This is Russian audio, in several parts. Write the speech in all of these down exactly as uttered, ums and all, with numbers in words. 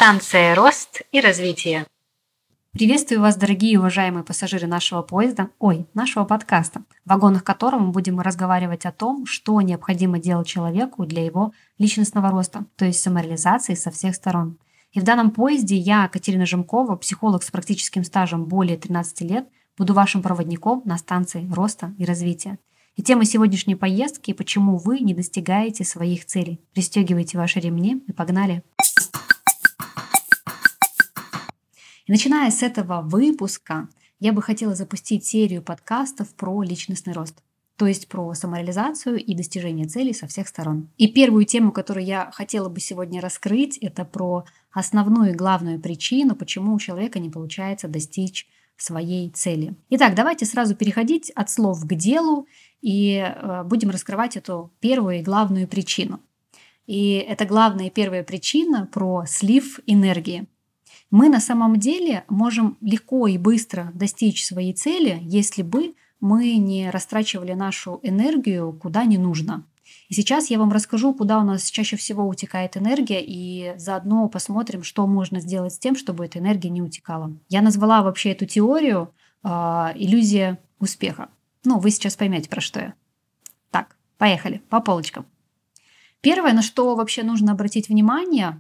Станция «Рост и развитие». Приветствую вас, дорогие и уважаемые пассажиры нашего поезда, ой, нашего подкаста, в вагонах которого мы будем разговаривать о том, что необходимо делать человеку для его личностного роста, то есть самореализации со всех сторон. И в данном поезде я, Катерина Жемкова, психолог с практическим стажем более тринадцати лет, буду вашим проводником на станции роста и развития. И тема сегодняшней поездки – почему вы не достигаете своих целей. Пристегивайте ваши ремни и погнали! И начиная с этого выпуска, я бы хотела запустить серию подкастов про личностный рост, то есть про самореализацию и достижение целей со всех сторон. И первую тему, которую я хотела бы сегодня раскрыть, это про основную и главную причину, почему у человека не получается достичь своей цели. Итак, давайте сразу переходить от слов к делу и э, будем раскрывать эту первую и главную причину. И это главная и первая причина про слив энергии. Мы на самом деле можем легко и быстро достичь своей цели, если бы мы не растрачивали нашу энергию куда не нужно. И сейчас я вам расскажу, куда у нас чаще всего утекает энергия, и заодно посмотрим, что можно сделать с тем, чтобы эта энергия не утекала. Я назвала вообще эту теорию э, иллюзия успеха. Ну, вы сейчас поймете, про что я. Так, поехали, по полочкам. Первое, на что вообще нужно обратить внимание,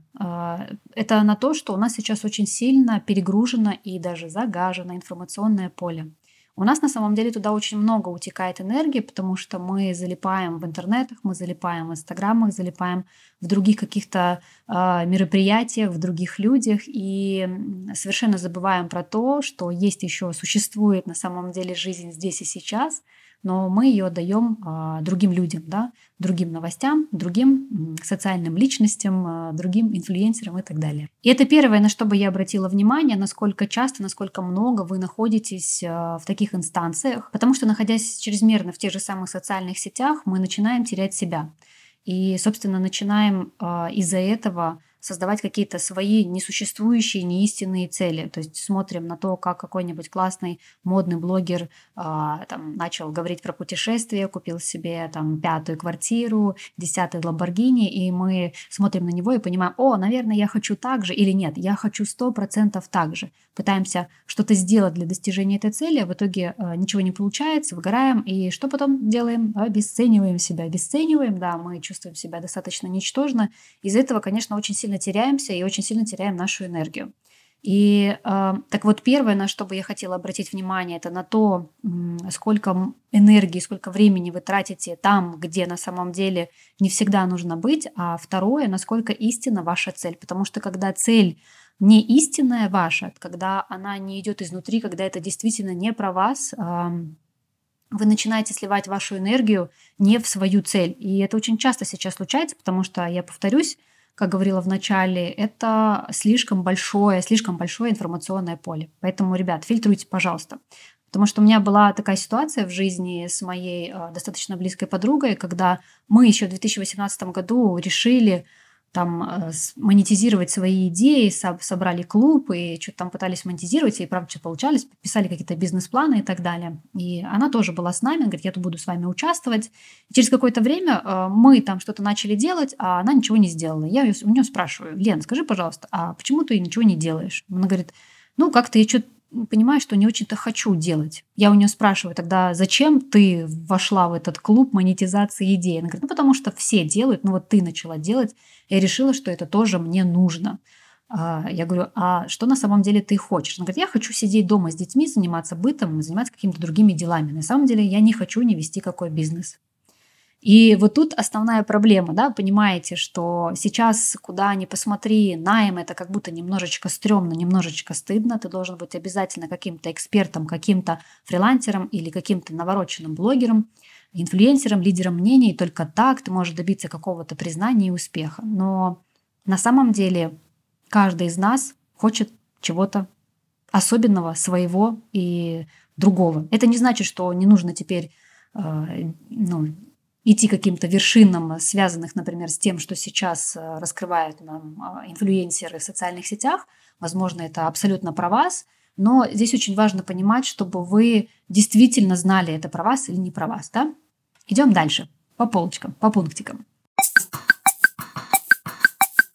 это на то, что у нас сейчас очень сильно перегружено и даже загажено информационное поле. У нас на самом деле туда очень много утекает энергии, потому что мы залипаем в интернетах, мы залипаем в инстаграмах, залипаем в других каких-то мероприятиях, в других людях и совершенно забываем про то, что есть еще, существует на самом деле жизнь здесь и сейчас, но мы ее даем а, другим людям, да, другим новостям, другим социальным личностям, а, другим инфлюенсерам и так далее. И это первое, на что бы я обратила внимание, насколько часто, насколько много вы находитесь а, в таких инстанциях, потому что, находясь чрезмерно в тех же самых социальных сетях, мы начинаем терять себя. И, собственно, начинаем а, из-за этого создавать какие-то свои несуществующие, неистинные цели. То есть смотрим на то, как какой-нибудь классный модный блогер а, там, начал говорить про путешествия, купил себе там пятую квартиру, десятый Ламборгини, и мы смотрим на него и понимаем, о, наверное, я хочу так же, или нет, я хочу сто процентов так же. Пытаемся что-то сделать для достижения этой цели, а в итоге а, ничего не получается, выгораем, и что потом делаем? Обесцениваем себя. Обесцениваем, да, мы чувствуем себя достаточно ничтожно. Из-за этого, конечно, очень сильно теряемся и очень сильно теряем нашу энергию. И э, так вот, первое, на что бы я хотела обратить внимание, это на то, сколько энергии, сколько времени вы тратите там, где на самом деле не всегда нужно быть. А второе, насколько истинна ваша цель. Потому что когда цель не истинная ваша, когда она не идет изнутри, когда это действительно не про вас, э, вы начинаете сливать вашу энергию не в свою цель. И это очень часто сейчас случается, потому что, я повторюсь, как говорила в начале, это слишком большое, слишком большое информационное поле. Поэтому, ребят, фильтруйте, пожалуйста. Потому что у меня была такая ситуация в жизни с моей э, достаточно близкой подругой, когда мы еще в две тысячи восемнадцатом году решили там э, монетизировать свои идеи, со- собрали клуб и что-то там пытались монетизировать, и правда что-то получались, писали какие-то бизнес-планы и так далее. И она тоже была с нами, она говорит, я тут буду с вами участвовать. И через какое-то время э, мы там что-то начали делать, а она ничего не сделала. Я её- у нее спрашиваю, Лен, скажи, пожалуйста, а почему ты ничего не делаешь? Она говорит, ну как-то я что-то понимаю, что не очень-то хочу делать. Я у нее спрашиваю тогда, зачем ты вошла в этот клуб монетизации идей? Она говорит, ну потому что все делают, ну вот ты начала делать, я решила, что это тоже мне нужно. А, Я говорю, а что на самом деле ты хочешь? Она говорит, я хочу сидеть дома с детьми, заниматься бытом, заниматься какими-то другими делами. На самом деле я не хочу не вести какой бизнес. И вот тут основная проблема, да, понимаете, что сейчас, куда ни посмотри, найм это как будто немножечко стрёмно, немножечко стыдно. Ты должен быть обязательно каким-то экспертом, каким-то фрилансером или каким-то навороченным блогером, инфлюенсером, лидером мнений. И только так ты можешь добиться какого-то признания и успеха. Но на самом деле каждый из нас хочет чего-то особенного, своего и другого. Это не значит, что не нужно теперь э, ну, идти к каким-то вершинам, связанных, например, с тем, что сейчас э, раскрывают нам э, инфлюенсеры в социальных сетях. Возможно, это абсолютно про вас, но здесь очень важно понимать, чтобы вы действительно знали, это про вас или не про вас. Да? Идем дальше, по полочкам, по пунктикам.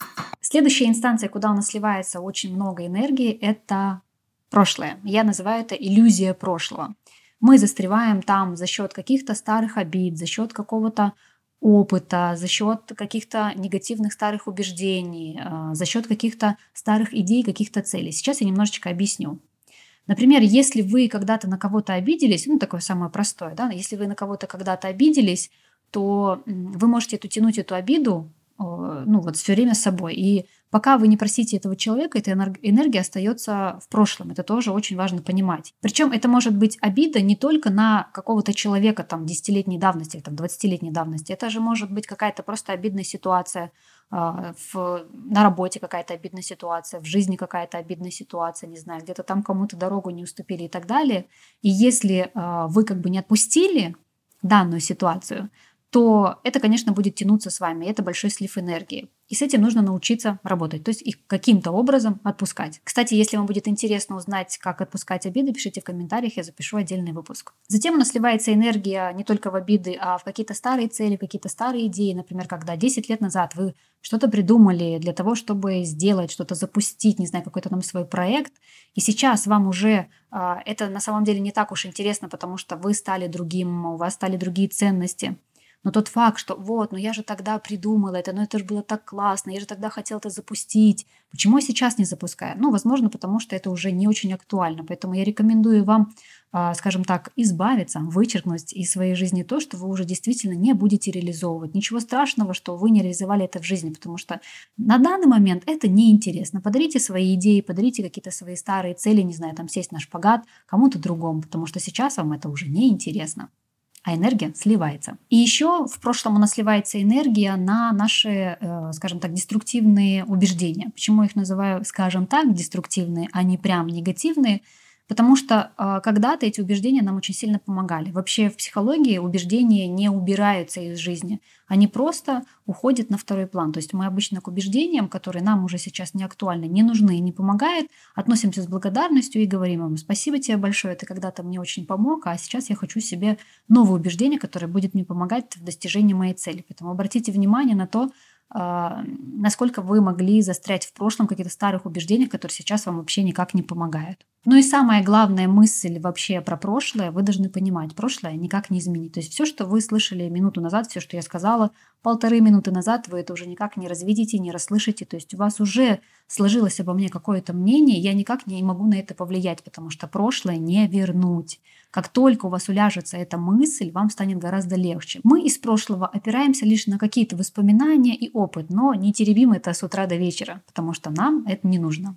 Следующая инстанция, куда у нас сливается очень много энергии, это прошлое. Я называю это иллюзия прошлого. Мы застреваем там за счет каких-то старых обид, за счет какого-то опыта, за счет каких-то негативных старых убеждений, а, за счет каких-то старых идей, каких-то целей. Сейчас я немножечко объясню. Например, если вы когда-то на кого-то обиделись, ну, такое самое простое, да, если вы на кого-то когда-то обиделись, то м, вы можете эту, тянуть эту обиду, э, ну, вот все время с собой. И пока вы не простите этого человека, эта энерг- энергия остается в прошлом. Это тоже очень важно понимать. Причем это может быть обида не только на какого-то человека там десятилетней давности или там двадцатилетней давности. Это же может быть какая-то просто обидная ситуация а, в, на работе, какая-то обидная ситуация, в жизни какая-то обидная ситуация, не знаю, где-то там кому-то дорогу не уступили и так далее. И если а, вы как бы не отпустили данную ситуацию, то это, конечно, будет тянуться с вами. Это большой слив энергии. И с этим нужно научиться работать, то есть их каким-то образом отпускать. Кстати, если вам будет интересно узнать, как отпускать обиды, пишите в комментариях, я запишу отдельный выпуск. Затем у нас сливается энергия не только в обиды, а в какие-то старые цели, в какие-то старые идеи. Например, когда десять лет назад вы что-то придумали для того, чтобы сделать, что-то запустить, не знаю, какой-то там свой проект, и сейчас вам уже а, это на самом деле не так уж интересно, потому что вы стали другим, у вас стали другие ценности. Но тот факт, что вот, ну я же тогда придумала это, ну это же было так классно, я же тогда хотела это запустить. Почему я сейчас не запускаю? Ну, возможно, потому что это уже не очень актуально. Поэтому я рекомендую вам, а, скажем так, избавиться, вычеркнуть из своей жизни то, что вы уже действительно не будете реализовывать. Ничего страшного, что вы не реализовали это в жизни, потому что на данный момент это неинтересно. Подарите свои идеи, подарите какие-то свои старые цели, не знаю, там сесть на шпагат кому-то другому, потому что сейчас вам это уже неинтересно, а энергия сливается. И еще в прошлом у нас сливается энергия на наши, э, скажем так, деструктивные убеждения. Почему я их называю, скажем так, деструктивные, а не прям негативные? Потому что э, когда-то эти убеждения нам очень сильно помогали. Вообще в психологии убеждения не убираются из жизни, они просто уходят на второй план. То есть мы обычно к убеждениям, которые нам уже сейчас не актуальны, не нужны и не помогают, относимся с благодарностью и говорим им: спасибо тебе большое, ты когда-то мне очень помог, а сейчас я хочу себе новое убеждение, которое будет мне помогать в достижении моей цели. Поэтому обратите внимание на то, а, насколько вы могли застрять в прошлом каких-то старых убеждениях, которые сейчас вам вообще никак не помогают. Ну и самая главная мысль вообще про прошлое, вы должны понимать, прошлое никак не изменить. То есть все, что вы слышали минуту назад, все, что я сказала, полторы минуты назад, вы это уже никак не развидите, не расслышите. То есть у вас уже сложилось обо мне какое-то мнение, я никак не могу на это повлиять, потому что прошлое не вернуть. Как только у вас уляжется эта мысль, вам станет гораздо легче. Мы из прошлого опираемся лишь на какие-то воспоминания и опыт, но не теребим это с утра до вечера, потому что нам это не нужно.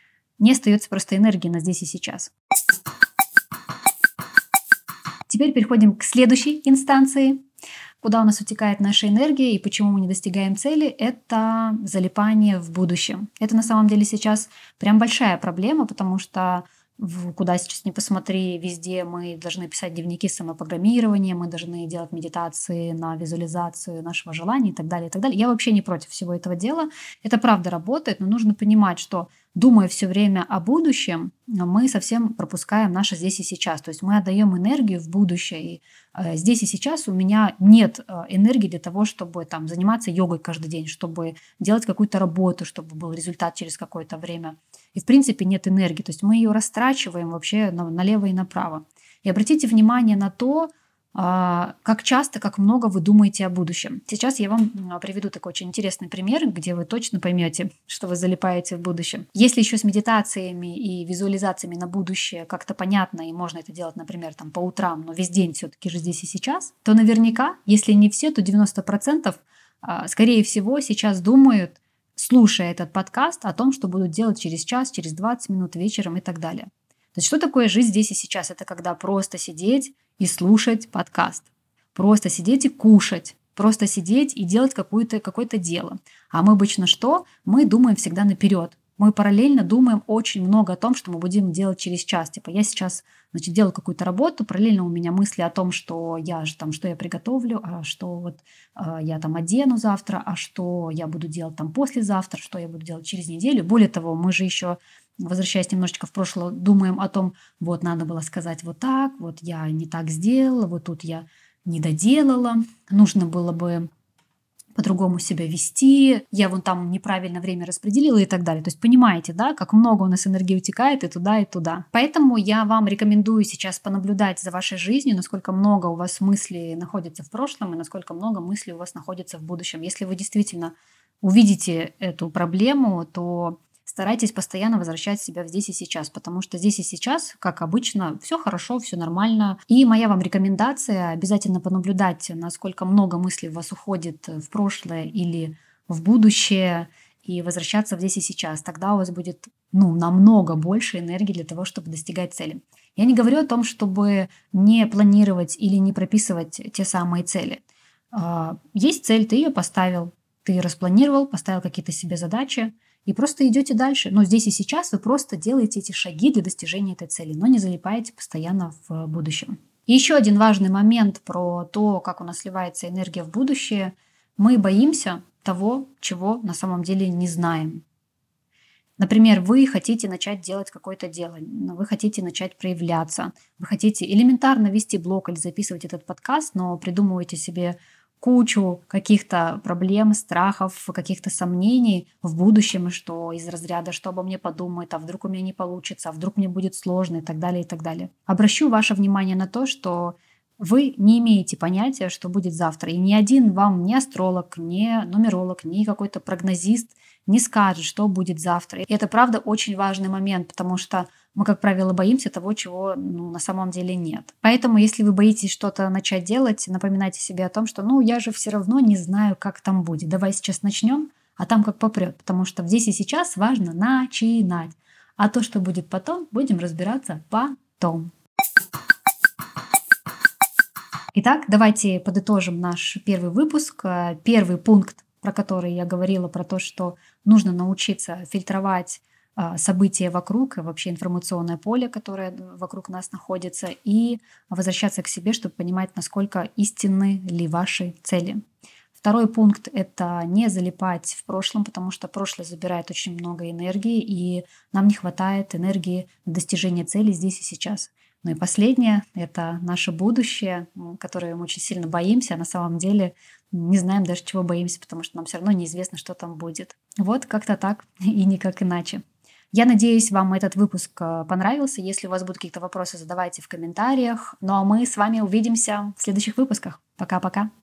Не остается просто энергии на здесь и сейчас. Теперь переходим к следующей инстанции, куда у нас утекает наша энергия и почему мы не достигаем цели. Это залипание в будущем. Это на самом деле сейчас прям большая проблема, потому что в- куда сейчас не посмотри, везде мы должны писать дневники самопрограммирования, мы должны делать медитации на визуализацию нашего желания и так далее, и так далее. Я вообще не против всего этого дела. Это правда работает, но нужно понимать, что думая все время о будущем, мы совсем пропускаем наше здесь и сейчас. То есть мы отдаем энергию в будущее. И э, здесь и сейчас у меня нет э, энергии для того, чтобы там, заниматься йогой каждый день, чтобы делать какую-то работу, чтобы был результат через какое-то время. И в принципе нет энергии. То есть мы ее растрачиваем вообще на- налево и направо. И обратите внимание на то, а, как часто, как много вы думаете о будущем. Сейчас я вам м, приведу такой очень интересный пример, где вы точно поймете, что вы залипаете в будущем. Если еще с медитациями и визуализациями на будущее как-то понятно, и можно это делать, например, там по утрам, но весь день все-таки же здесь и сейчас, то наверняка, если не все, то девяносто процентов, а, скорее всего, сейчас думают, слушая этот подкаст, о том, что будут делать через час, через двадцать минут вечером и так далее. То есть что такое жизнь здесь и сейчас? Это когда просто сидеть и слушать подкаст. Просто сидеть и кушать. Просто сидеть и делать какое-то какое-то дело. А мы обычно что? Мы думаем всегда наперед. Мы параллельно думаем очень много о том, что мы будем делать через час. Типа я сейчас, значит, делаю какую-то работу, параллельно у меня мысли о том, что я же там, что я приготовлю, а что вот а, я там одену завтра, а что я буду делать там послезавтра, что я буду делать через неделю. Более того, мы же еще, возвращаясь немножечко в прошлое, думаем о том, вот надо было сказать вот так, вот я не так сделала, вот тут я не доделала, нужно было бы по-другому себя вести, я вон там неправильно время распределила и так далее. То есть понимаете, да, как много у нас энергии утекает и туда, и туда. Поэтому я вам рекомендую сейчас понаблюдать за вашей жизнью, насколько много у вас мыслей находится в прошлом и насколько много мыслей у вас находится в будущем. Если вы действительно увидите эту проблему, то старайтесь постоянно возвращать себя в здесь и сейчас, потому что здесь и сейчас, как обычно, все хорошо, все нормально. И моя вам рекомендация — обязательно понаблюдать, насколько много мыслей у вас уходит в прошлое или в будущее, и возвращаться в здесь и сейчас. Тогда у вас будет, ну, намного больше энергии для того, чтобы достигать цели. Я не говорю о том, чтобы не планировать или не прописывать те самые цели. А, Есть цель, ты ее поставил, ты распланировал, поставил какие-то себе задачи, и просто идете дальше. Но здесь и сейчас вы просто делаете эти шаги для достижения этой цели, но не залипаете постоянно в будущем. И еще один важный момент про то, как у нас сливается энергия в будущее. Мы боимся того, чего на самом деле не знаем. Например, вы хотите начать делать какое-то дело, но вы хотите начать проявляться, вы хотите элементарно вести блог или записывать этот подкаст, но придумываете себе кучу каких-то проблем, страхов, каких-то сомнений в будущем, что из разряда, что обо мне подумают, а вдруг у меня не получится, а вдруг мне будет сложно и так далее, и так далее. Обращу ваше внимание на то, что вы не имеете понятия, что будет завтра. И ни один вам, ни астролог, ни нумеролог, ни какой-то прогнозист не скажет, что будет завтра. И это, правда, очень важный момент, потому что мы, как правило, боимся того, чего, ну, на самом деле нет. Поэтому, если вы боитесь что-то начать делать, напоминайте себе о том, что, ну, я же все равно не знаю, как там будет. Давай сейчас начнем, а там как попрет. Потому что здесь и сейчас важно начинать. А то, что будет потом, будем разбираться потом. Итак, давайте подытожим наш первый выпуск. Э, Первый пункт, про который я говорила, про то, что нужно научиться фильтровать а, события вокруг и вообще информационное поле, которое вокруг нас находится, и возвращаться к себе, чтобы понимать, насколько истинны ли ваши цели. Второй пункт — это не залипать в прошлом, потому что прошлое забирает очень много энергии, и нам не хватает энергии на достижение цели здесь и сейчас. Ну и последнее — это наше будущее, м, которое мы очень сильно боимся, а на самом деле не знаем даже, чего боимся, потому что нам все равно неизвестно, что там будет. Вот как-то так и никак иначе. Я надеюсь, вам этот выпуск э, понравился. Если у вас будут какие-то вопросы, задавайте в комментариях. Ну а мы с вами увидимся в следующих выпусках. Пока-пока.